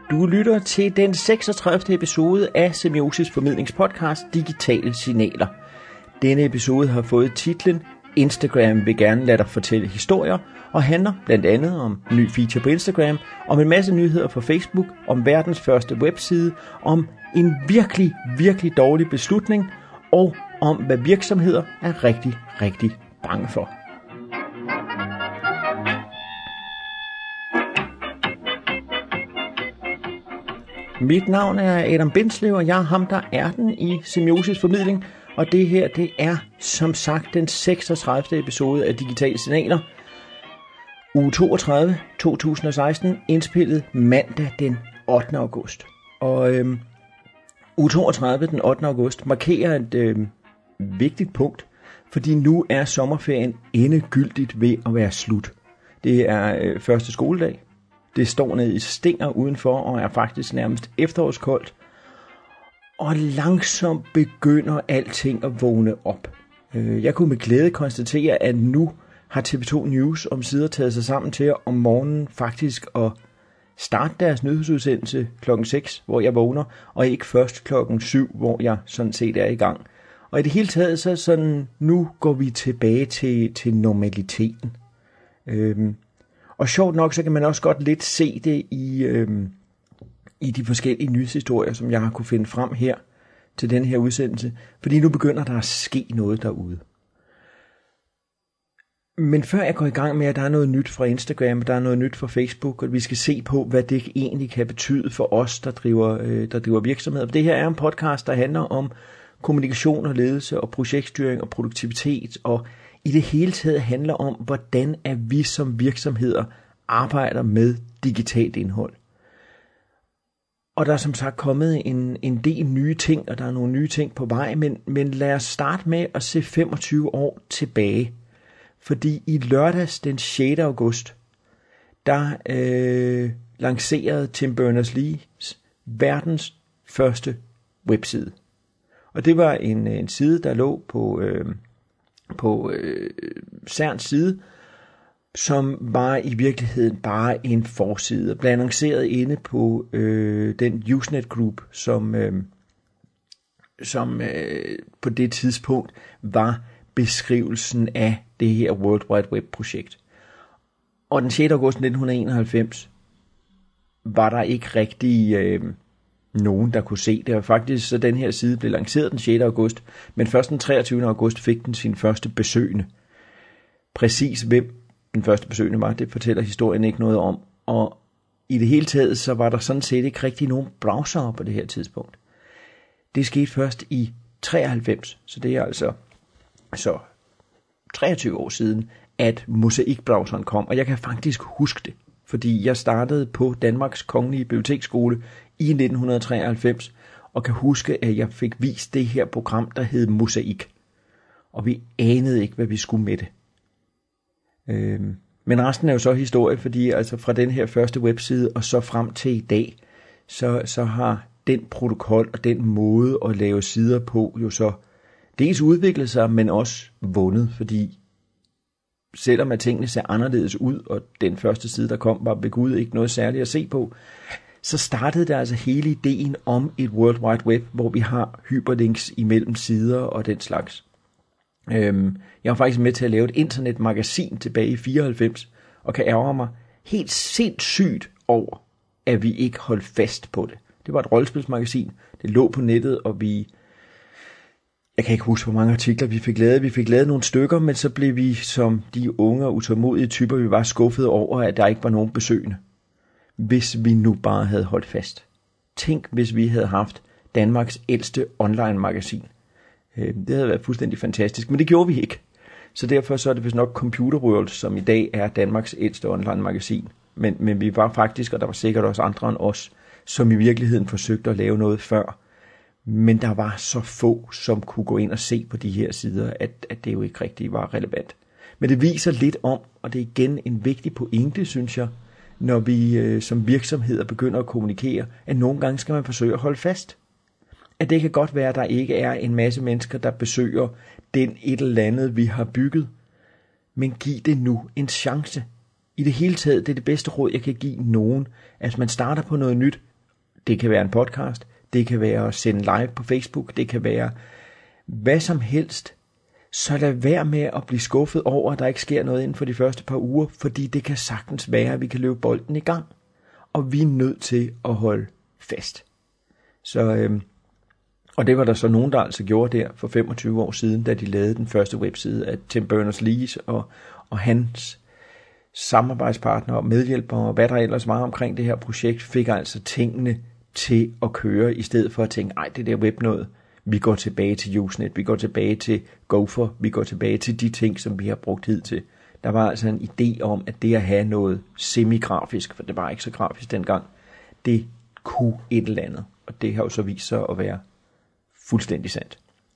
Du lytter til den 36. episode af Semiosis formidlingspodcast Digitale Signaler. Denne episode har fået titlen Instagram vil gerne lade dig fortælle historier, og handler blandt andet om ny feature på Instagram, om en masse nyheder fra Facebook, om verdens første webside, om en virkelig dårlig beslutning, og om hvad virksomheder er rigtig bange for. Mit navn er Adam Bindslev, og jeg er ham, der er den i Semiosis formidling. Og det her, det er som sagt den 36. episode af Digitale Signaler. Uge 32, 2016, indspillet mandag den 8. august. Og uge 32, den 8. august, markerer et vigtigt punkt, fordi nu er sommerferien endegyldigt ved at være slut. Det er første skoledag. Det står nede i stinger udenfor og er faktisk nærmest efterårskoldt. Og langsomt begynder alting at vågne op. Jeg kunne med glæde konstatere, at nu har TV2 News omsider taget sig sammen til om morgenen faktisk at starte deres nyhedsudsendelse klokken 6, hvor jeg vågner, og ikke først klokken 7, hvor jeg sådan set er i gang. Og i det hele taget, så sådan, nu går vi tilbage til normaliteten. Og sjovt nok, så kan man også godt lidt se det i de forskellige nyhedshistorier, som jeg har kunne finde frem her til den her udsendelse. Fordi nu begynder der at ske noget derude. Men før jeg går i gang med, at der er noget nyt fra Instagram, der er noget nyt fra Facebook, og vi skal se på, hvad det egentlig kan betyde for os, der driver virksomheder. For det her er en podcast, der handler om kommunikation og ledelse og projektstyring og produktivitet, og i det hele taget handler om, hvordan er vi som virksomheder arbejder med digitalt indhold. Og der er som sagt kommet en del nye ting, og der er nogle nye ting på vej, men lad os starte med at se 25 år tilbage. Fordi i lørdags den 6. august, der lancerede Tim Berners-Lee verdens første webside. Og det var en side, der lå på CERNs side, som var i virkeligheden bare en forside, og blev annonceret inde på den Usenet Group, som på det tidspunkt var beskrivelsen af det her World Wide Web projekt. Og den 6. august 1991 var der ikke rigtig nogen, der kunne se det. Og faktisk så den her side blev lanceret den 6. august, men først den 23. august fik den sin første besøgende. Præcis hvem den første besøgende var, det fortæller historien ikke noget om. Og i det hele taget, så var der sådan set ikke rigtig nogen browser på det her tidspunkt. Det skete først i 93, så det er altså 23 år siden, at Mosaikbrowseren kom. Og jeg kan faktisk huske det, fordi jeg startede på Danmarks Kongelige Biblioteksskole i 1993, og kan huske, at jeg fik vist det her program, der hed Mosaik. Og vi anede ikke, hvad vi skulle med det. Men resten er jo så historie, fordi altså fra den her første webside og så frem til i dag, så har den protokol og den måde at lave sider på jo så dels udviklet sig, men også vundet, fordi selvom at tingene ser anderledes ud, og den første side, der kom, var ved Gud ikke noget særligt at se på, så startede der altså hele ideen om et World Wide Web, hvor vi har hyperlinks imellem sider og den slags. Jeg var faktisk med til at lave et internetmagasin tilbage i 94, og kan ærge mig helt sindssygt over, at vi ikke holdt fast på det. Det var et rollespilsmagasin, det lå på nettet, og jeg kan ikke huske, hvor mange artikler vi fik lavet. Vi fik lavet nogle stykker, men så blev vi som de unge og utålmodige typer, vi var skuffet over, at der ikke var nogen besøgende. Hvis vi nu bare havde holdt fast. Tænk, hvis vi havde haft Danmarks ældste online-magasin. Det havde været fuldstændig fantastisk, men det gjorde vi ikke. Så derfor så er det vist nok Computer World, som i dag er Danmarks ældste online-magasin. Men vi var faktisk, og der var sikkert også andre end os, som i virkeligheden forsøgte at lave noget før. Men der var så få, som kunne gå ind og se på de her sider, at det jo ikke rigtig var relevant. Men det viser lidt om, og det er igen en vigtig pointe, synes jeg, når vi som virksomheder begynder at kommunikere, at nogle gange skal man forsøge at holde fast. At det kan godt være, at der ikke er en masse mennesker, der besøger den et eller andet, vi har bygget. Men giv det nu en chance. I det hele taget, det er det bedste råd, jeg kan give nogen, at man starter på noget nyt, Det kan være en podcast, det kan være at sende live på Facebook, det kan være hvad som helst. Så lad være med at blive skuffet over, at der ikke sker noget inden for de første par uger, fordi det kan sagtens være, at vi kan løbe bolden i gang. Og vi er nødt til at holde fast. Og det var der så nogen, der altså gjorde der for 25 år siden, da de lavede den første webside af Tim Berners-Lee og hans samarbejdspartnere og medhjælpere og hvad der ellers var omkring det her projekt, fik altså tingene til at køre, i stedet for at tænke, ej, det der web noget, vi går tilbage til Usenet, vi går tilbage til Gopher, vi går tilbage til de ting, som vi har brugt hidtil. Der var altså en idé om, at det at have noget semi-grafisk, for det var ikke så grafisk dengang, det kunne et eller andet. Og det har jo så vist sig at være fuldstændig sandt.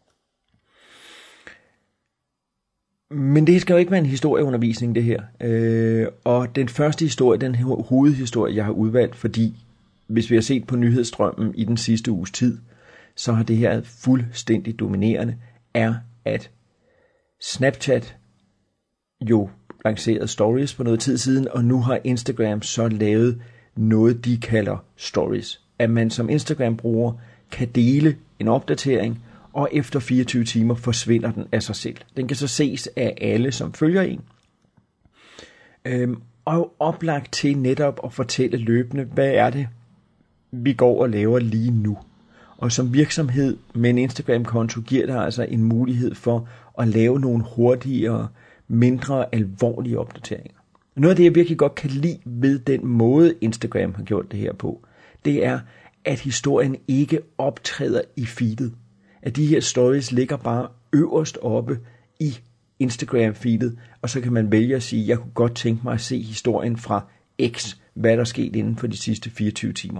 Men det skal jo ikke være en historieundervisning, det her. Og den første historie, den her hovedhistorie, jeg har udvalgt, fordi hvis vi har set på nyhedsstrømmen i den sidste uges tid, så har det her fuldstændig dominerende, er at Snapchat jo lancerede stories for noget tid siden, og nu har Instagram så lavet noget, de kalder stories. At man som Instagram-bruger kan dele en opdatering, og efter 24 timer forsvinder den af sig selv. Den kan så ses af alle, som følger en. Og oplagt til netop at fortælle løbende, hvad er det, vi går og laver lige nu. Og som virksomhed med en Instagram-konto giver der altså en mulighed for at lave nogle hurtigere, mindre alvorlige opdateringer. Noget af det, jeg virkelig godt kan lide ved den måde, Instagram har gjort det her på, det er, at historien ikke optræder i feedet. At de her stories ligger bare øverst oppe i Instagram-feedet, og så kan man vælge at sige, jeg kunne godt tænke mig at se historien fra X, hvad der skete inden for de sidste 24 timer.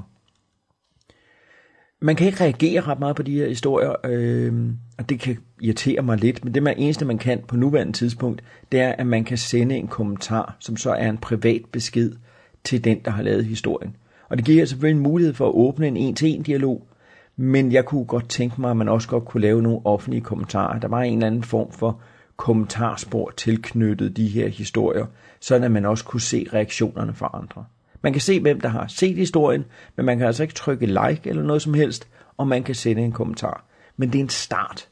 Man kan ikke reagere ret meget på de her historier, og det kan irritere mig lidt, men det eneste man kan på nuværende tidspunkt, det er, at man kan sende en kommentar, som så er en privat besked til den, der har lavet historien. Og det giver selvfølgelig en mulighed for at åbne en en-til-en-dialog, men jeg kunne godt tænke mig, at man også godt kunne lave nogle offentlige kommentarer. Der var en eller anden form for kommentarspor tilknyttet de her historier, sådan at man også kunne se reaktionerne fra andre. Man kan se, hvem der har set historien, men man kan altså ikke trykke like eller noget som helst, og man kan sende en kommentar. Men det er en start.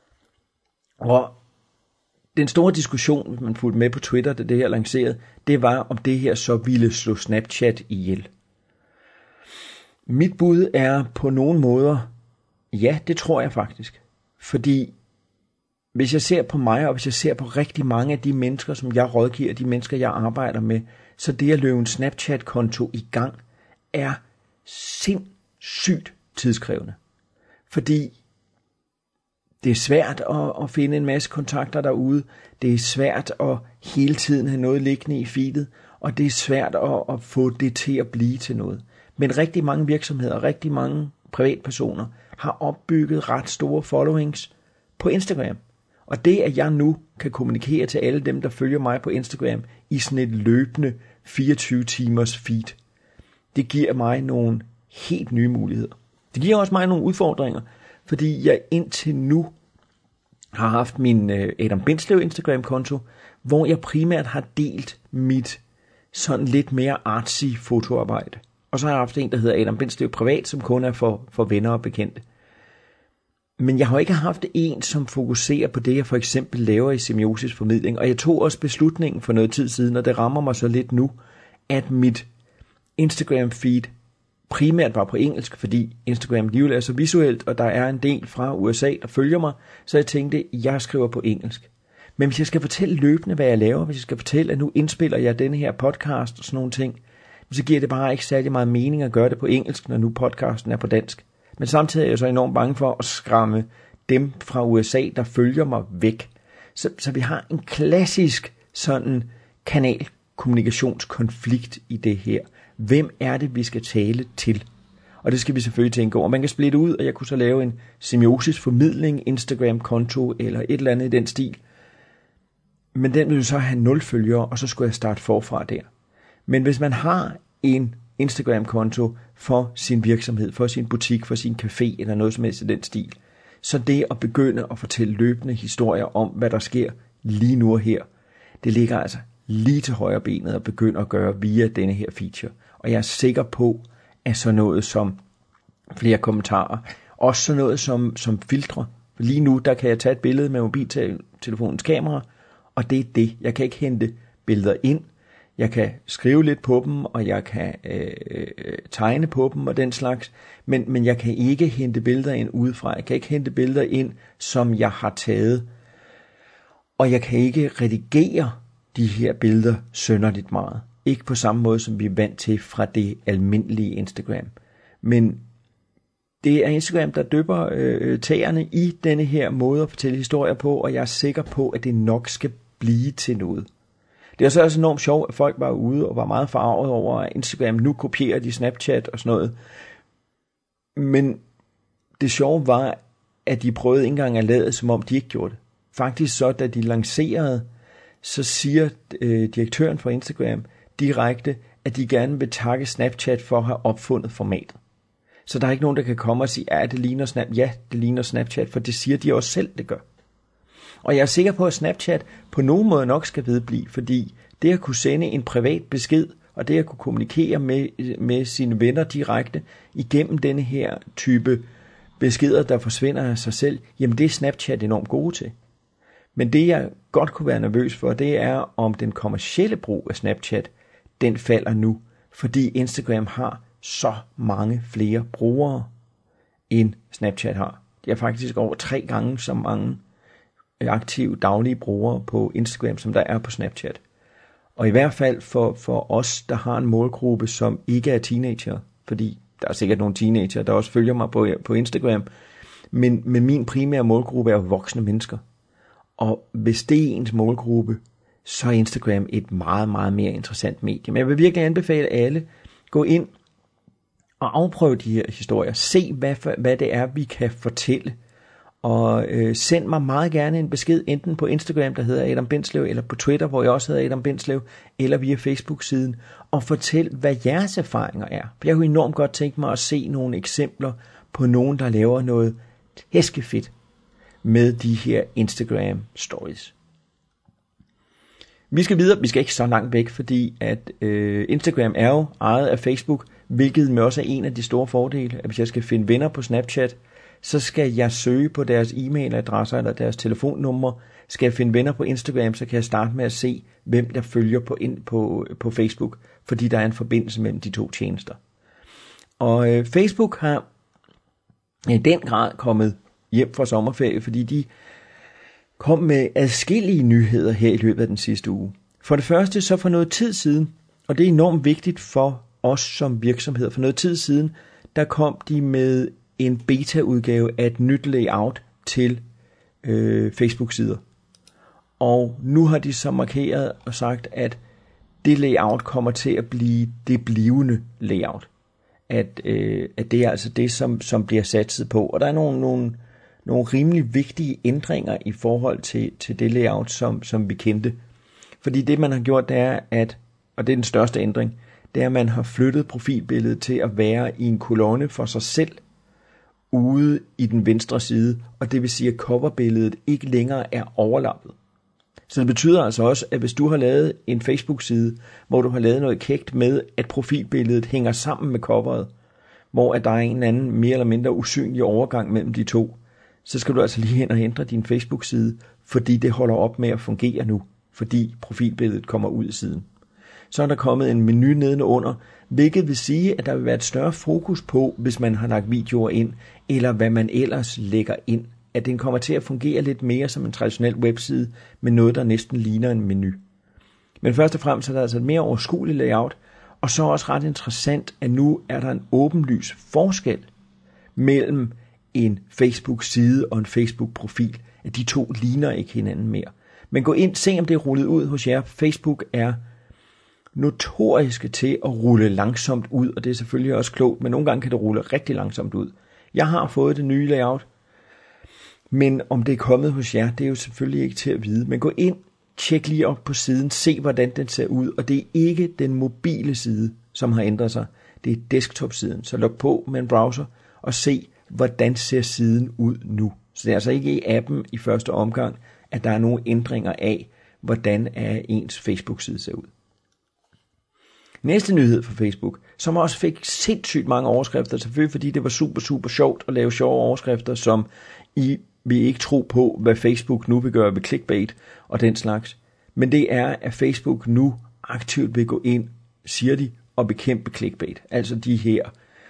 Og den store diskussion, hvis man fulgte med på Twitter, da det her lanceret, det var, om det her så ville slå Snapchat ihjel. Mit bud er på nogle måder, ja, det tror jeg faktisk. Fordi hvis jeg ser på mig, og hvis jeg ser på rigtig mange af de mennesker, som jeg rådgiver, de mennesker, jeg arbejder med, så det at løbe en Snapchat-konto i gang, er sindssygt tidskrævende. Fordi det er svært at finde en masse kontakter derude, det er svært at hele tiden have noget liggende i feedet, og det er svært at få det til at blive til noget. Men rigtig mange virksomheder, rigtig mange privatpersoner har opbygget ret store followings på Instagram. Og det, at jeg nu kan kommunikere til alle dem, der følger mig på Instagram i sådan et løbende 24 timers feed, det giver mig nogle helt nye muligheder. Det giver også mig nogle udfordringer, fordi jeg indtil nu har haft min Adam Bindslev Instagram-konto, hvor jeg primært har delt mit sådan lidt mere artsy fotoarbejde. Og så har jeg haft en, der hedder Adam Bindslev Privat, som kun er for venner og bekendte. Men jeg har ikke haft en, som fokuserer på det, jeg for eksempel laver i semiotisk formidling. Og jeg tog også beslutningen for noget tid siden, og det rammer mig så lidt nu, at mit Instagram-feed primært var på engelsk, fordi Instagram alligevel er så visuelt, og der er en del fra USA, der følger mig. Så jeg tænkte, jeg skriver på engelsk. Men hvis jeg skal fortælle løbende, hvad jeg laver, hvis jeg skal fortælle, at nu indspiller jeg denne her podcast og sådan nogle ting, så giver det bare ikke særlig meget mening at gøre det på engelsk, når nu podcasten er på dansk. Men samtidig er jeg så enormt bange for at skræmme dem fra USA, der følger mig væk. Så vi har en klassisk sådan kanalkommunikationskonflikt i det her. Hvem er det, vi skal tale til? Og det skal vi selvfølgelig tænke over. Man kan splitte ud, og jeg kunne så lave en semiotisk formidling, Instagram-konto eller et eller andet i den stil. Men den vil jo så have 0 følgere, og så skulle jeg starte forfra der. Men hvis man har en Instagram-konto for sin virksomhed, for sin butik, for sin café eller noget som helst i den stil, så det at begynde at fortælle løbende historier om, hvad der sker lige nu og her, det ligger altså lige til højre benet at begynde at gøre via denne her feature. Og jeg er sikker på, at sådan noget som flere kommentarer. Også sådan noget som filtre. Lige nu, der kan jeg tage et billede med mobiltelefonens kamera, og det er det. Jeg kan ikke hente billeder ind. Jeg kan skrive lidt på dem, og jeg kan tegne på dem og den slags, men jeg kan ikke hente billeder ind udefra. Jeg kan ikke hente billeder ind, som jeg har taget. Og jeg kan ikke redigere de her billeder synderligt meget. Ikke på samme måde, som vi er vant til fra det almindelige Instagram. Men det er Instagram, der dypper tæerne i denne her måde at fortælle historier på, og jeg er sikker på, at det nok skal blive til noget. Det er så også enormt sjovt, at folk var ude og var meget forarvet over, at Instagram nu kopierer de Snapchat og sådan noget. Men det sjove var, at de prøvede ikke engang at lade, som om de ikke gjorde det. Faktisk så, da de lancerede, så siger direktøren for Instagram direkte, at de gerne vil takke Snapchat for at have opfundet formatet. Så der er ikke nogen, der kan komme og sige, det ligner Snapchat. Ja, det ligner Snapchat, for det siger de også selv, det gør. Og jeg er sikker på, at Snapchat på nogen måde nok skal vedblive, fordi det at kunne sende en privat besked, og det at kunne kommunikere med sine venner direkte igennem denne her type beskeder, der forsvinder af sig selv, jamen det er Snapchat enormt gode til. Men det jeg godt kunne være nervøs for, det er, om den kommercielle brug af Snapchat, den falder nu, fordi Instagram har så mange flere brugere, end Snapchat har. De har faktisk over 3 gange så mange aktive daglige brugere på Instagram, som der er på Snapchat. Og i hvert fald for os, der har en målgruppe, som ikke er teenager, fordi der er sikkert nogle teenager, der også følger mig på Instagram, men min primære målgruppe er jo voksne mennesker. Og hvis det er ens målgruppe, så er Instagram et meget, meget mere interessant medie. Men jeg vil virkelig anbefale alle, gå ind og afprøve de her historier. Se, hvad det er, vi kan fortælle. Og send mig meget gerne en besked, enten på Instagram, der hedder Adam Bindslev, eller på Twitter, hvor jeg også hedder Adam Bindslev, eller via Facebook-siden, og fortæl, hvad jeres erfaringer er. For jeg kunne enormt godt tænke mig at se nogle eksempler på nogen, der laver noget tæskefedt med de her Instagram stories. Vi skal videre, vi skal ikke så langt væk, fordi at Instagram er jo ejet af Facebook, hvilket med også er en af de store fordele, at hvis jeg skal finde venner på Snapchat, så skal jeg søge på deres e-mailadresser eller deres telefonnumre. Skal jeg finde venner på Instagram, så kan jeg starte med at se, hvem der følger på Facebook, fordi der er en forbindelse mellem de to tjenester. Og Facebook har i den grad kommet hjem fra sommerferie, fordi de kom med adskillige nyheder her i løbet af den sidste uge. For det første så for noget tid siden, og det er enormt vigtigt for os som virksomhed, for noget tid siden, der kom de med en beta-udgave af et nyt layout til Facebook-sider. Og nu har de så markeret og sagt, at det layout kommer til at blive det blivende layout. At det er altså det, som bliver satset på. Og der er nogle rimelig vigtige ændringer i forhold til det layout, som vi kendte. Fordi det, man har gjort, det er, og det er den største ændring, det er, at man har flyttet profilbilledet til at være i en kolonne for sig selv, ude i den venstre side, og det vil sige, at coverbilledet ikke længere er overlappet. Så det betyder altså også, at hvis du har lavet en Facebook-side, hvor du har lavet noget kægt med, at profilbilledet hænger sammen med coveret, hvor at der er en eller anden mere eller mindre usynlig overgang mellem de to, så skal du altså lige hen og ændre din Facebook-side, fordi det holder op med at fungere nu, fordi profilbilledet kommer ud i siden. Så er der kommet en menu nedenunder, hvilket vil sige, at der vil være et større fokus på, hvis man har lagt videoer ind, eller hvad man ellers lægger ind. At den kommer til at fungere lidt mere som en traditionel webside, med noget, der næsten ligner en menu. Men først og fremmest er der altså et mere overskueligt layout, og så også ret interessant, at nu er der en åbenlys forskel mellem en Facebook-side og en Facebook-profil. At de to ligner ikke hinanden mere. Men gå ind, se om det er rullet ud hos jer. Facebook er notoriske til at rulle langsomt ud, og det er selvfølgelig også klogt, men nogle gange kan det rulle rigtig langsomt ud. Jeg har fået det nye layout, men om det er kommet hos jer, det er jo selvfølgelig ikke til at vide. Men gå ind, tjek lige op på siden, se hvordan den ser ud, og det er ikke den mobile side, som har ændret sig. Det er desktop-siden, så log på med en browser og se, hvordan ser siden ud nu. Så det er altså ikke i appen i første omgang, at der er nogle ændringer af, hvordan ens Facebook-side ser ud. Næste nyhed fra Facebook, som også fik sindssygt mange overskrifter, selvfølgelig fordi det var super, super sjovt at lave sjove overskrifter, som I vil ikke tro på, hvad Facebook nu vil gøre ved clickbait og den slags. Men det er, at Facebook nu aktivt vil gå ind, siger de, og bekæmpe clickbait. Altså de her,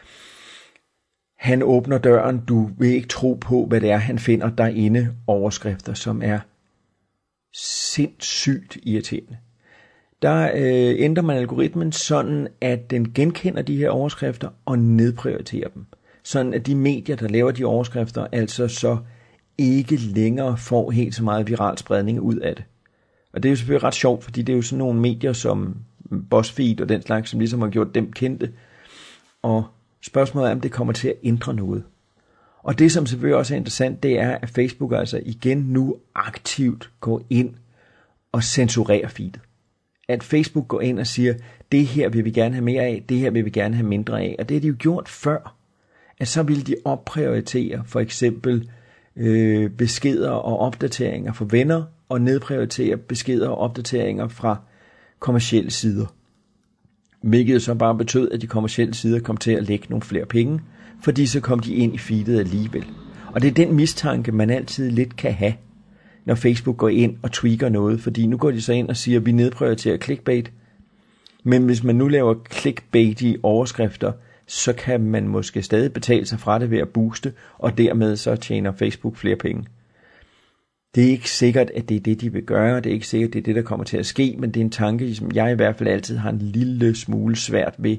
han åbner døren, du vil ikke tro på, hvad det er, han finder derinde, overskrifter, som er sindssygt irriterende. Der ændrer man algoritmen sådan, at den genkender de her overskrifter og nedprioriterer dem. Sådan at de medier, der laver de overskrifter, altså så ikke længere får helt så meget viral spredning ud af det. Og det er jo selvfølgelig ret sjovt, fordi det er jo sådan nogle medier som BuzzFeed og den slags, som ligesom har gjort dem kendte. Og spørgsmålet er, om det kommer til at ændre noget. Og det, som selvfølgelig også er interessant, det er, at Facebook altså igen nu aktivt går ind og censurerer feedet. At Facebook går ind og siger, det her vil vi gerne have mere af, det her vil vi gerne have mindre af. Og det har de jo gjort før. At så ville de opprioritere for eksempel beskeder og opdateringer fra venner, og nedprioritere beskeder og opdateringer fra kommercielle sider. Hvilket så bare betød, at de kommercielle sider kom til at lægge nogle flere penge, fordi så kom de ind i feedet alligevel. Og det er den mistanke, man altid lidt kan have, når Facebook går ind og tweaker noget, fordi nu går de så ind og siger, at vi nedprioriterer clickbait. Men hvis man nu laver clickbait i overskrifter, så kan man måske stadig betale sig fra det ved at booste, og dermed så tjener Facebook flere penge. Det er ikke sikkert, at det er det, de vil gøre, det er ikke sikkert, at det er det, der kommer til at ske, men det er en tanke, som jeg i hvert fald altid har en lille smule svært ved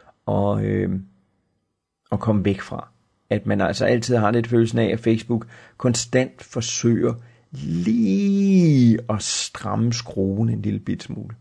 at komme væk fra. At man altså altid har lidt følelsen af, at Facebook konstant forsøger lige at stramme skruen en lille bit smule.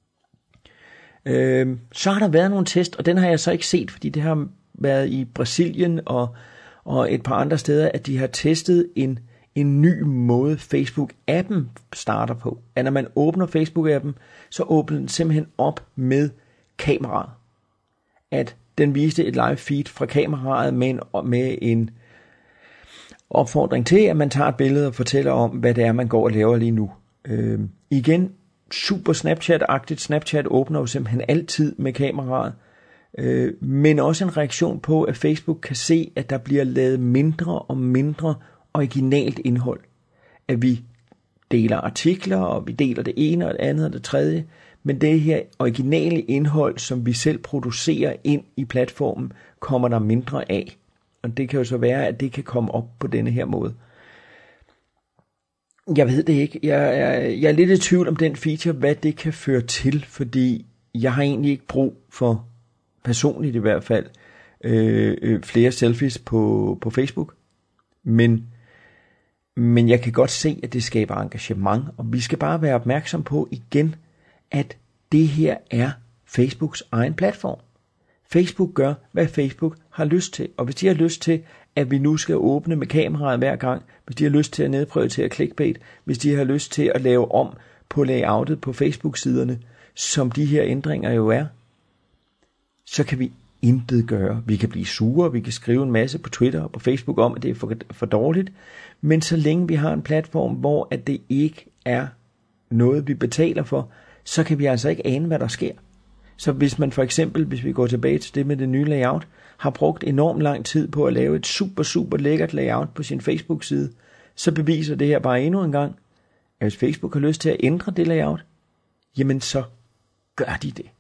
Så har der været nogle test, og den har jeg så ikke set, fordi det har været i Brasilien og et par andre steder, at de har testet en ny måde Facebook-appen starter på. At når man åbner Facebook-appen, så åbner den simpelthen op med kameraet. At den viste et live feed fra kameraet med en opfordring til, at man tager et billede og fortæller om, hvad det er, man går og laver lige nu. Igen, super Snapchat-agtigt. Snapchat åbner jo simpelthen altid med kameraet. Men også en reaktion på, at Facebook kan se, at der bliver lavet mindre og mindre originalt indhold. At vi deler artikler, og vi deler det ene og det andet og det tredje, men det her originale indhold, som vi selv producerer ind i platformen, kommer der mindre af. Og det kan jo så være, at det kan komme op på denne her måde. Jeg ved det ikke. Jeg er lidt i tvivl om den feature, hvad det kan føre til, fordi jeg har egentlig ikke brug for, personligt i hvert fald, flere selfies på Facebook. Men jeg kan godt se, at det skaber engagement, og vi skal bare være opmærksom på igen, at det her er Facebooks egen platform. Facebook gør, hvad Facebook har lyst til, og hvis de har lyst til, at vi nu skal åbne med kameraet hver gang, hvis de har lyst til at nedprioritere clickbait, hvis de har lyst til at lave om på layoutet på Facebook-siderne, som de her ændringer jo er, så kan vi intet gøre. Vi kan blive sure, vi kan skrive en masse på Twitter og på Facebook om, at det er for dårligt, men så længe vi har en platform, hvor at det ikke er noget, vi betaler for, så kan vi altså ikke ane, hvad der sker. Så hvis man for eksempel, hvis vi går tilbage til det med det nye layout, har brugt enormt lang tid på at lave et super, super lækkert layout på sin Facebook-side, så beviser det her bare endnu en gang, at hvis Facebook har lyst til at ændre det layout, jamen så gør de det.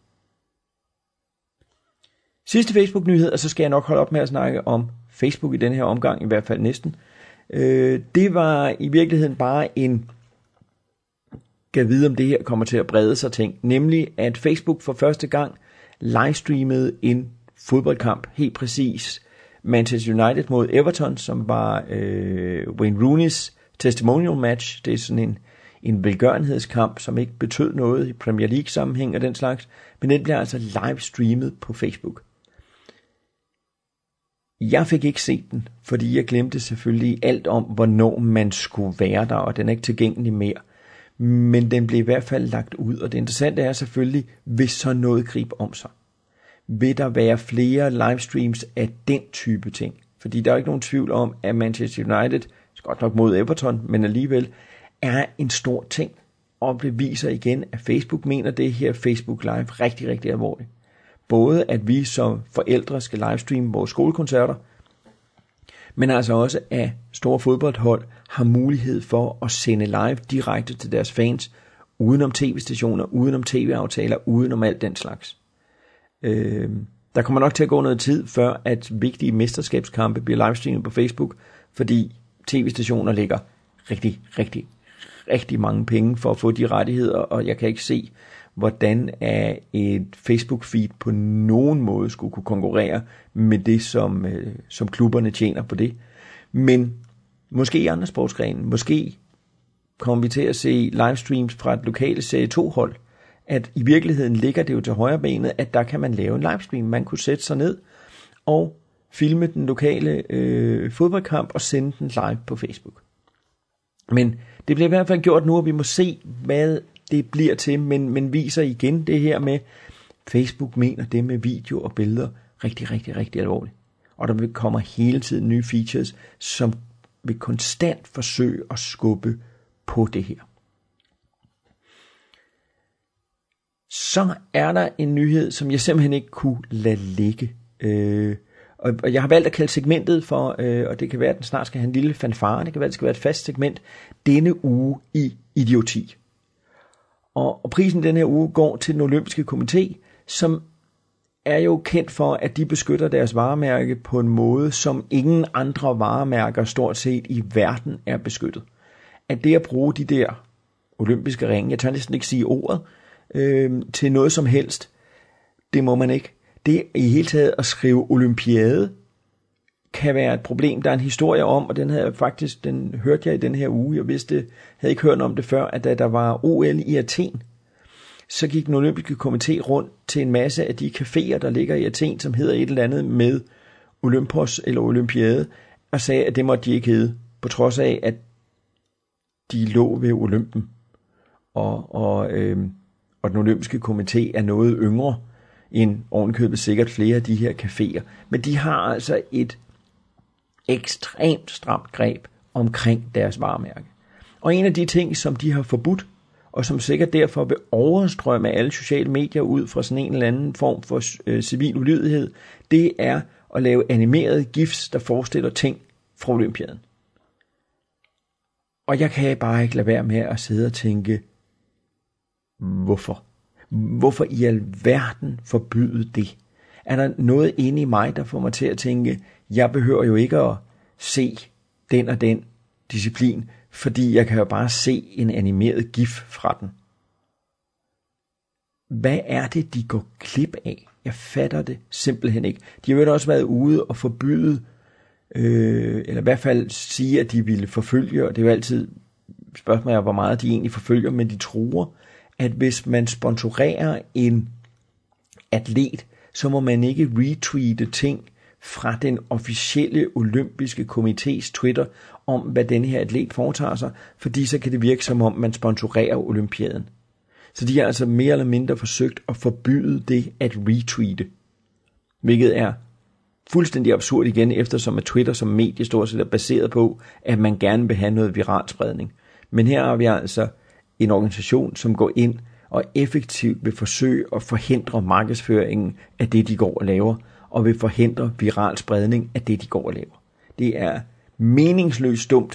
Sidste Facebook-nyhed, og så skal jeg nok holde op med at snakke om Facebook i denne her omgang, i hvert fald næsten. Det var i virkeligheden bare kan vide, om det her kommer til at brede sig ting, nemlig at Facebook for første gang livestreamede en fodboldkamp, helt præcis Manchester United mod Everton, som var Wayne Rooneys testimonial match. Det er sådan en velgørenhedskamp, som ikke betød noget i Premier League sammenhæng og den slags, men den bliver altså livestreamet på Facebook. Jeg fik ikke set den, fordi jeg glemte selvfølgelig alt om, hvornår man skulle være der, og den er ikke tilgængelig mere. Men den blev i hvert fald lagt ud, og det interessante er selvfølgelig, hvis så noget griber om sig. Vil der være flere livestreams af den type ting? Fordi der er ikke nogen tvivl om, at Manchester United, godt nok mod Everton, men alligevel, er en stor ting. Og det viser igen, at Facebook mener det her Facebook Live rigtig, rigtig alvorligt. både at vi som forældre skal livestreame vores skolekoncerter, men altså også at store fodboldhold har mulighed for at sende live direkte til deres fans, udenom tv-stationer, udenom tv-aftaler, udenom alt den slags. Der kommer nok til at gå noget tid, før at vigtige mesterskabskampe bliver livestreamet på Facebook, fordi tv-stationer lægger rigtig mange penge for at få de rettigheder, og jeg kan ikke se, hvordan et Facebook-feed på nogen måde skulle kunne konkurrere med det, som klubberne tjener på det. Men måske i andre sportsgrene, måske kommer vi til at se livestreams fra et lokale Serie 2-hold, at i virkeligheden ligger det jo til højre benet, at der kan man lave en livestream. Man kunne sætte sig ned og filme den lokale fodboldkamp og sende den live på Facebook. Men det bliver i hvert fald gjort nu, og vi må se, hvad det bliver til, men viser igen det her med, Facebook mener det med video og billeder rigtig alvorligt. Og der kommer hele tiden nye features, som vil konstant forsøge at skubbe på det her. Så er der en nyhed, som jeg simpelthen ikke kunne lade ligge. Og jeg har valgt at kalde segmentet for, og det kan være, at den snart skal have en lille fanfare, det kan være, at det skal være et fast segment, denne uge i idioti. Og prisen den her uge går til den olympiske komité, som er jo kendt for, at de beskytter deres varemærke på en måde, som ingen andre varemærker stort set i verden er beskyttet. At det at bruge de der olympiske ringe, jeg tør næsten ikke sige ordet, til noget som helst, det må man ikke. Det i hele taget at skrive olympiade kan være et problem. Der er en historie om, og den hørte jeg i den her uge. Jeg havde ikke hørt om det før, at da der var OL i Athen, så gik den olympiske komité rundt til en masse af de caféer, der ligger i Athen, som hedder et eller andet med Olympos eller olympiade, og sagde, at det måtte de ikke hedde, på trods af, at de lå ved Olympen. Og den olympiske komité er noget yngre end ovenkøbet sikkert flere af de her caféer. Men de har altså et ekstremt stramt greb omkring deres varemærke. Og en af de ting, som de har forbudt, og som sikkert derfor vil overstrømme alle sociale medier ud fra sådan en eller anden form for civil ulydighed, det er at lave animerede gifs, der forestiller ting fra olympiaden. Og jeg kan bare ikke lade være med at sidde og tænke, hvorfor? Hvorfor i alverden forbyde det? Er der noget inde i mig, der får mig til at tænke, jeg behøver jo ikke at se den og den disciplin, fordi jeg kan jo bare se en animeret gif fra den. Hvad er det, de går klip af? Jeg fatter det simpelthen ikke. De har jo også været ude og forbyde, eller i hvert fald sige, at de ville forfølge, og det er jo altid spørgsmålet er, hvor meget de egentlig forfølger, men de tror, at hvis man sponsorerer en atlet, så må man ikke retweete ting fra den officielle olympiske komités Twitter om, hvad den her atlet foretager sig, fordi så kan det virke som om, man sponsorerer olympiaden. Så de har altså mere eller mindre forsøgt at forbyde det at retweete, hvilket er fuldstændig absurd igen, eftersom at Twitter som medie stort set er baseret på, at man gerne vil have noget viral spredning. Men her har vi altså en organisation, som går ind og effektivt vil forsøge at forhindre markedsføringen af det, de går og laver, og vil forhindre viral spredning af det, de går og laver. Det er meningsløst dumt,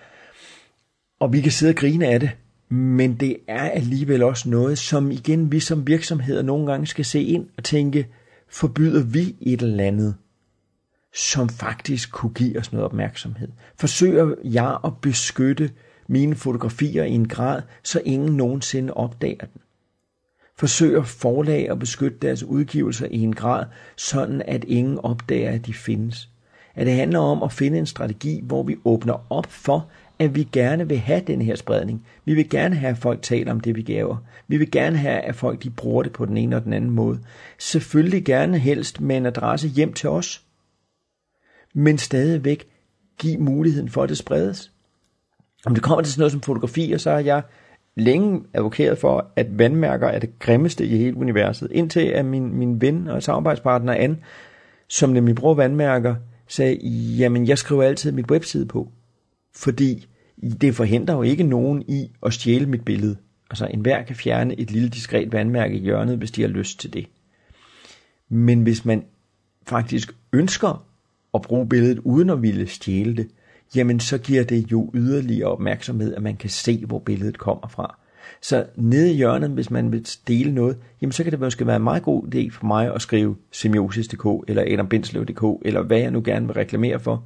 og vi kan sidde og grine af det, men det er alligevel også noget, som igen vi som virksomheder nogle gange skal se ind og tænke, forbyder vi et eller andet, som faktisk kunne give os noget opmærksomhed? Forsøger jeg at beskytte mine fotografier i en grad, så ingen nogensinde opdager den? Forsøger forlag at beskytte deres udgivelser i en grad, sådan at ingen opdager, at de findes? At det handler om at finde en strategi, hvor vi åbner op for, at vi gerne vil have den her spredning. Vi vil gerne have, at folk taler om det, vi gaver. Vi vil gerne have, at folk de bruger det på den ene og den anden måde. Selvfølgelig gerne helst med en adresse hjem til os, men stadigvæk give muligheden for, at det spredes. Om det kommer til sådan noget som fotografier, så har jeg længe advokeret for, at vandmærker er det grimmeste i hele universet. Indtil at min ven og samarbejdspartner Anne, som nemlig bruger vandmærker, sagde, jamen jeg skriver altid mit webside på, fordi det forhindrer jo ikke nogen i at stjæle mit billede. Altså enhver kan fjerne et lille diskret vandmærke i hjørnet, hvis de har lyst til det. Men hvis man faktisk ønsker at bruge billedet uden at ville stjæle det, jamen så giver det jo yderligere opmærksomhed, at man kan se, hvor billedet kommer fra. Så nede i hjørnet, hvis man vil dele noget, jamen så kan det måske være en meget god idé for mig at skrive semiosis.dk eller adambindslev.dk eller hvad jeg nu gerne vil reklamere for,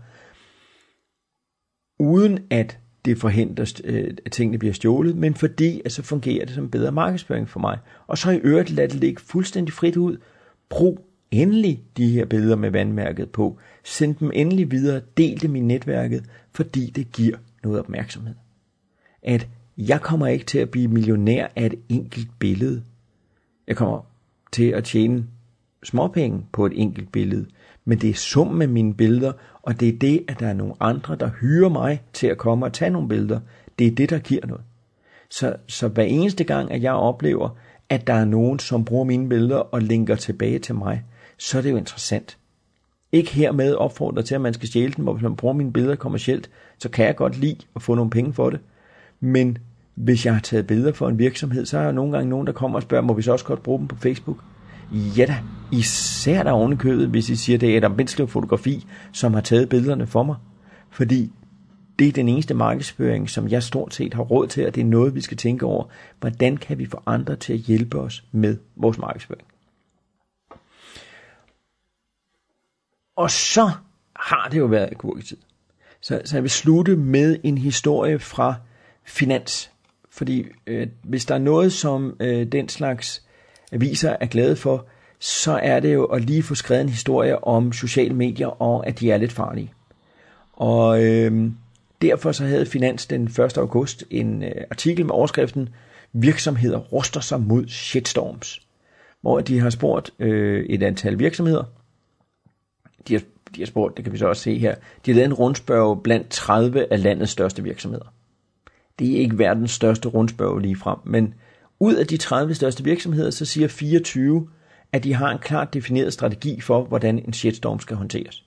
uden at det forhindrer, at tingene bliver stjålet, men fordi at så fungerer det som bedre markedsføring for mig. Og så i øvrigt lad det ligge fuldstændig frit ud. Brug endelig de her billeder med vandmærket på. Send dem endelig videre. Del dem i netværket, fordi det giver noget opmærksomhed. At jeg kommer ikke til at blive millionær af et enkelt billede. Jeg kommer til at tjene småpenge på et enkelt billede. Men det er summen af mine billeder, og det er det, at der er nogle andre, der hyrer mig til at komme og tage nogle billeder. Det er det, der giver noget. Så hver eneste gang, at jeg oplever, at der er nogen, som bruger mine billeder og linker tilbage til mig, så er det jo interessant. Ikke hermed opfordrer til, at man skal stjæle dem, og hvis man bruger mine billeder kommercielt, så kan jeg godt lide at få nogle penge for det. Men hvis jeg har taget billeder for en virksomhed, så er der nogle gange nogen, der kommer og spørger, må vi så også godt bruge dem på Facebook? Ja da, især der oven i købet, hvis I siger, det er Adam Bindslev Fotografi, som har taget billederne for mig. Fordi det er den eneste markedsføring, som jeg stort set har råd til, og det er noget, vi skal tænke over. Hvordan kan vi få andre til at hjælpe os med vores markedsføring? Og så har det jo været agurketid. Så jeg vil slutte med en historie fra finans. Fordi hvis der er noget, som den slags aviser er glade for, så er det jo at lige få skrevet en historie om sociale medier, og at de er lidt farlige. Og derfor så havde Finans den 1. august en artikel med overskriften "Virksomheder ruster sig mod shitstorms", hvor de har spurgt et antal virksomheder. De har spurgt, det kan vi så også se her, de har lavet en rundspørge blandt 30 af landets største virksomheder. Det er ikke verdens største rundspørge lige frem, men ud af de 30 største virksomheder, så siger 24, at de har en klart defineret strategi for, hvordan en shitstorm skal håndteres.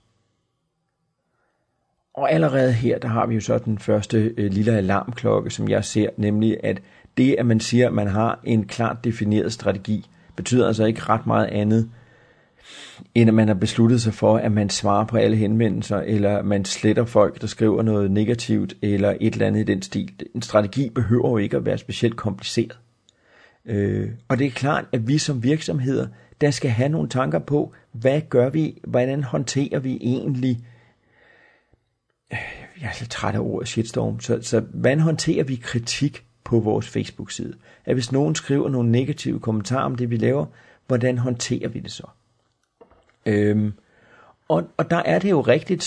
Og allerede her, der har vi jo så den første lille alarmklokke, som jeg ser, nemlig at det, at man siger, at man har en klart defineret strategi, betyder altså ikke ret meget andet, end at man har besluttet sig for, at man svarer på alle henvendelser, eller man sletter folk, der skriver noget negativt, eller et eller andet i den stil. En strategi behøver jo ikke at være specielt kompliceret. Og det er klart, at vi som virksomheder, der skal have nogle tanker på, hvad gør vi, hvordan håndterer vi egentlig, jeg er så træt af ordet shitstorm, så hvordan håndterer vi kritik på vores Facebook-side? At hvis nogen skriver nogle negative kommentarer om det, vi laver, hvordan håndterer vi det så? Og der er det jo rigtigt,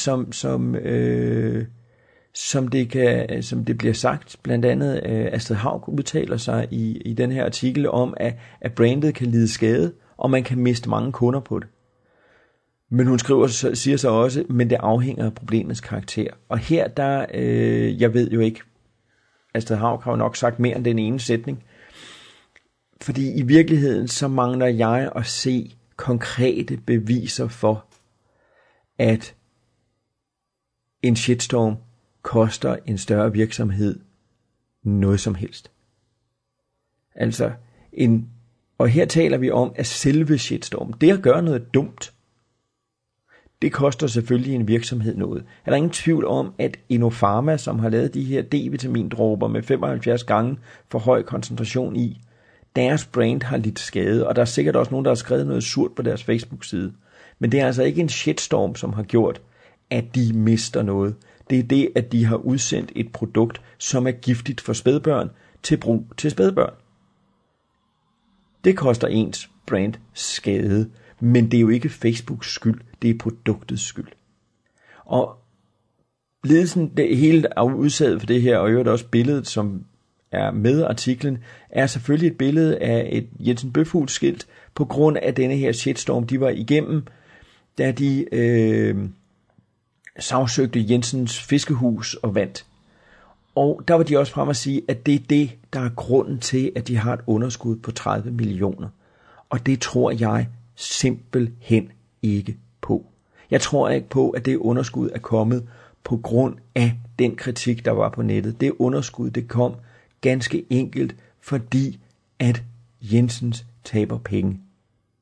som det bliver sagt, blandt andet Astrid Haug udtaler sig i den her artikel om, at brandet kan lide skade, og man kan miste mange kunder på det. Men hun siger så også, men det afhænger af problemets karakter. Og her jeg ved jo ikke, Astrid Haug har jo nok sagt mere end den ene sætning, fordi i virkeligheden så mangler jeg at se konkrete beviser for, at en shitstorm koster en større virksomhed noget som helst. Altså, og her taler vi om, at selve shitstorm, det at gøre noget dumt, det koster selvfølgelig en virksomhed noget. Er der ingen tvivl om, at Innofarma, som har lavet de her D-vitamindråber med 75 gange for høj koncentration i, deres brand har lidt skade, og der er sikkert også nogen, der har skrevet noget surt på deres Facebook-side. Men det er altså ikke en shitstorm, som har gjort, at de mister noget. Det er det, at de har udsendt et produkt, som er giftigt for spædbørn, til brug til spædbørn. Det koster ens brand skade, men det er jo ikke Facebooks skyld, det er produktets skyld. Og ledelsen, det hele er udsaget for det her, og i øvrigt også billedet, som er med artiklen, er selvfølgelig et billede af et Jensen Bøfhus skilt, på grund af denne her shitstorm, de var igennem, da de sagsøgte Jensens fiskehus og vandt. Og der var de også frem at sige, at det er det, der er grunden til, at de har et underskud på 30 millioner. Og det tror jeg simpelthen ikke på. Jeg tror ikke på, at det underskud er kommet på grund af den kritik, der var på nettet. Det underskud, det kom ganske enkelt, fordi at Jensens taber penge.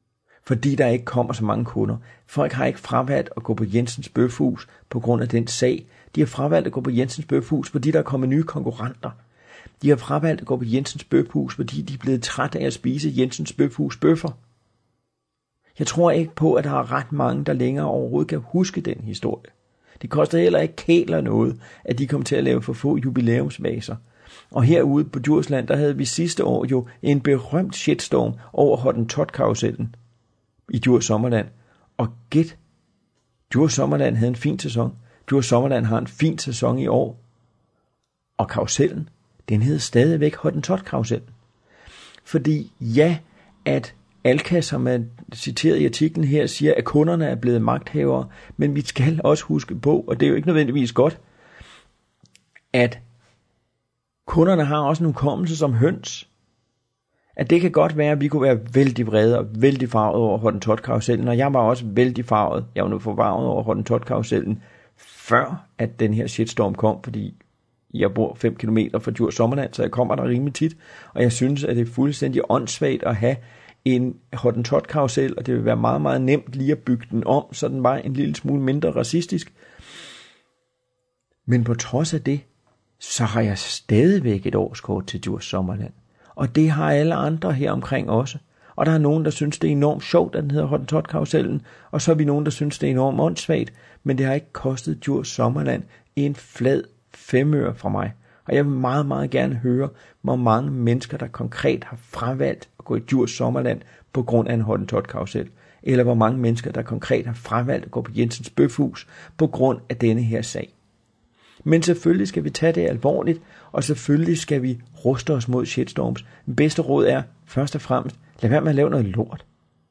fordi der ikke kommer så mange kunder. Folk har ikke fravalgt at gå på Jensens Bøfhus på grund af den sag. De har fravalgt at gå på Jensens Bøfhus, fordi der er kommet nye konkurrenter. De har fravalgt at gå på Jensens Bøfhus, fordi de er blevet træt af at spise Jensens Bøfhus bøffer. Jeg tror ikke på, at der er ret mange, der længere overhovedet kan huske den historie. Det koster heller ikke kæler noget, at de kom til at lave for få jubilæumsvaser. Og herude på Djursland, der havde vi sidste år jo en berømt shitstorm over Hottentot-karusellen i Djurs Sommerland. Og gæt, Djurs Sommerland havde en fin sæson. Djurs Sommerland har en fin sæson i år. Og karusellen, den hed stadigvæk Hottentot-karusellen. Fordi ja, at Alka, som er citeret i artiklen her, siger, at kunderne er blevet magthavere, men vi skal også huske på, og det er jo ikke nødvendigvis godt, at kunderne har også en hukommelse som høns. At det kan godt være, at vi kunne være vældig vrede og vældig farvet over Hottentot-karusellen, og jeg var også vældig farvet. Jeg var nu forvarvet over Hottentot-karusellen, før at den her shitstorm kom, fordi jeg bor 5 kilometer fra Djurs Sommerland, så jeg kommer der rimelig tit, og jeg synes, at det er fuldstændig åndssvagt at have en Hottentot-karusel, og det vil være meget, meget nemt lige at bygge den om, så den var en lille smule mindre racistisk. Men på trods af det, så har jeg stadigvæk et årskort til Djurs Sommerland. Og det har alle andre her omkring også. Og der er nogen, der synes, det er enormt sjovt, at den hedder Hottentot-karusellen, og så er vi nogen, der synes, det er enormt åndssvagt, men det har ikke kostet Djurs Sommerland en flad 5 øre fra mig. Og jeg vil meget, meget gerne høre, hvor mange mennesker, der konkret har fravalgt at gå i Djurs Sommerland på grund af en Hottentot-karusel. Eller hvor mange mennesker, der konkret har fravalgt at gå på Jensens Bøfhus på grund af denne her sag. Men selvfølgelig skal vi tage det alvorligt, og selvfølgelig skal vi ruste os mod shitstorms. Den bedste råd er, først og fremmest, lad være med at lave noget lort.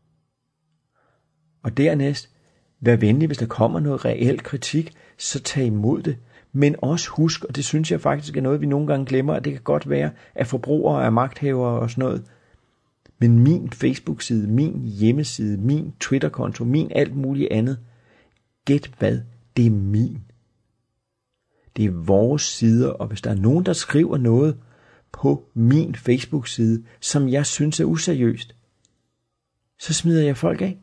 Og dernæst, vær venlig, hvis der kommer noget reel kritik, så tag imod det. Men også husk, og det synes jeg faktisk er noget, vi nogle gange glemmer, at det kan godt være, at forbrugere er magthavere og sådan noget. Men min Facebook-side, min hjemmeside, min Twitter-konto, min alt muligt andet, gæt hvad, det er min. Det er vores sider, og hvis der er nogen, der skriver noget på min Facebook-side, som jeg synes er useriøst, så smider jeg folk af.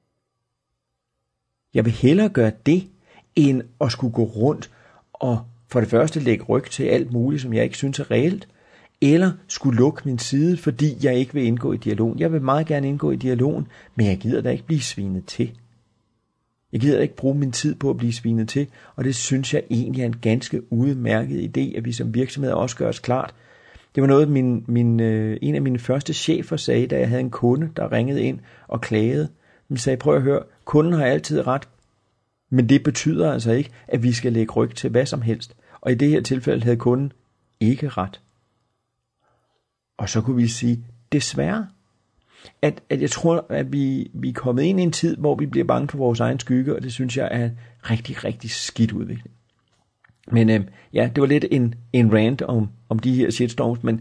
Jeg vil hellere gøre det, end at skulle gå rundt og for det første lægge ryg til alt muligt, som jeg ikke synes er reelt, eller skulle lukke min side, fordi jeg ikke vil indgå i dialogen. Jeg vil meget gerne indgå i dialogen, men jeg gider da ikke blive svinet til. Jeg gider ikke bruge min tid på at blive svinet til, og det synes jeg egentlig er en ganske udmærket idé, at vi som virksomhed også gør os klart. Det var noget, en af mine første chefer sagde, da jeg havde en kunde, der ringede ind og klagede. Han sagde, prøv at høre, kunden har altid ret, men det betyder altså ikke, at vi skal lægge ryg til hvad som helst. Og i det her tilfælde havde kunden ikke ret. Og så kunne vi sige, desværre, at jeg tror, at vi er kommet ind i en tid, hvor vi bliver bange for vores egen skygge, og det synes jeg er en rigtig, rigtig skidt udvikling. Men ja, det var lidt en rant om de her shitstorms, men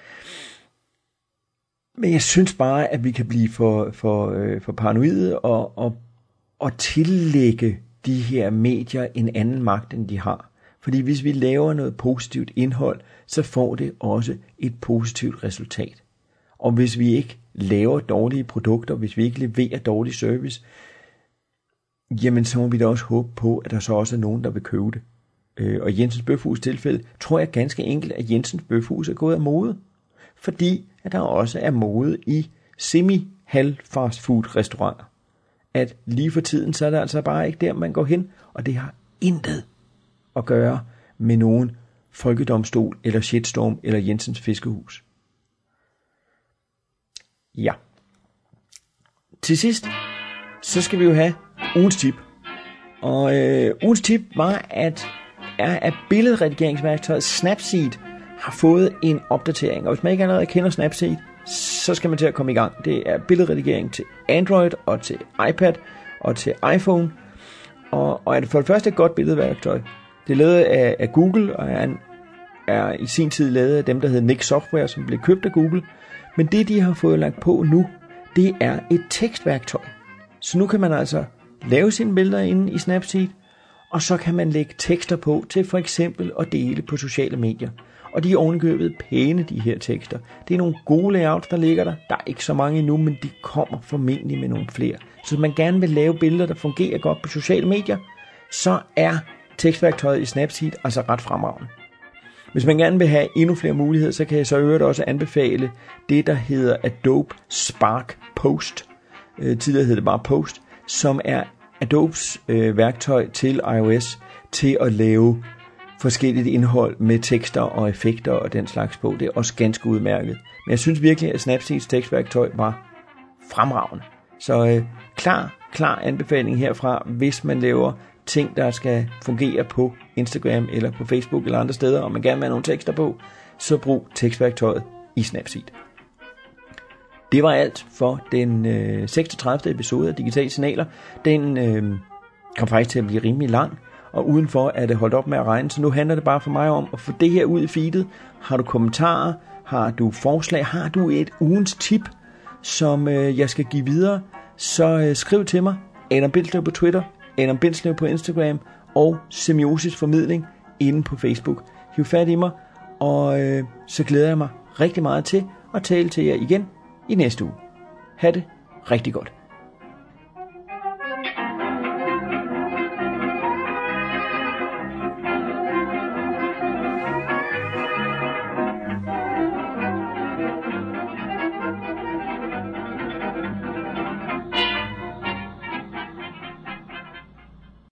jeg synes bare, at vi kan blive for paranoide og tillægge de her medier en anden magt, end de har. Fordi hvis vi laver noget positivt indhold, så får det også et positivt resultat. Og hvis vi ikke laver dårlige produkter, hvis vi ikke leverer dårlig service, jamen så må vi da også håbe på, at der så også er nogen, der vil købe det. Og i Jensens Bøfhus tilfælde, tror jeg ganske enkelt, at Jensens Bøfhus er gået af mode. Fordi at der også er mode i semi-halv-fast-food restauranter. At lige for tiden, så er det altså bare ikke der, man går hen, og det har intet at gøre med nogen folkedomstol, eller shitstorm, eller Jensens Fiskehus. Ja. Til sidst, så skal vi jo have ugens tip. Og ugens tip var, at billedredigeringsværktøjet Snapseed har fået en opdatering. Og hvis man ikke allerede kender Snapseed, så skal man til at komme i gang. Det er billedredigering til Android og til iPad og til iPhone. Og er det for det første et godt billedværktøj. Det er lavet af Google, og er i sin tid lavet af dem, der hedder Nik Software, som blev købt af Google. Men det, de har fået lagt på nu, det er et tekstværktøj. Så nu kan man altså lave sine billeder inde i Snapseed, og så kan man lægge tekster på til for eksempel at dele på sociale medier. Og de er ovenikøbet pæne, de her tekster. Det er nogle gode layouts, der ligger der. Der er ikke så mange endnu, men de kommer formentlig med nogle flere. Så hvis man gerne vil lave billeder, der fungerer godt på sociale medier, så er tekstværktøjet i Snapseed altså ret fremragende. Hvis man gerne vil have endnu flere muligheder, så kan jeg så øvrigt også anbefale det, der hedder Adobe Spark Post. Tidligere hed det bare Post, som er Adobes værktøj til iOS til at lave forskelligt indhold med tekster og effekter og den slags på. Det er også ganske udmærket. Men jeg synes virkelig, at Snapseeds tekstværktøj var fremragende. Så klar anbefaling herfra, hvis man laver ting, der skal fungere på Instagram eller på Facebook eller andre steder, og man gerne vil have nogle tekster på, så brug tekstværktøjet i Snapseed. Det var alt for den 36. episode af Digitale Signaler. Den kom faktisk til at blive rimelig lang, og udenfor er det holdt op med at regne, så nu handler det bare for mig om at få det her ud i feedet. Har du kommentarer? Har du forslag? Har du et ugens tip, som jeg skal give videre? Så skriv til mig. Adam Bindslev på Twitter, Adam Bindslev på Instagram og Semiosis Formidling inde på Facebook. Hiv fat i mig, og så glæder jeg mig rigtig meget til at tale til jer igen i næste uge. Ha' det rigtig godt.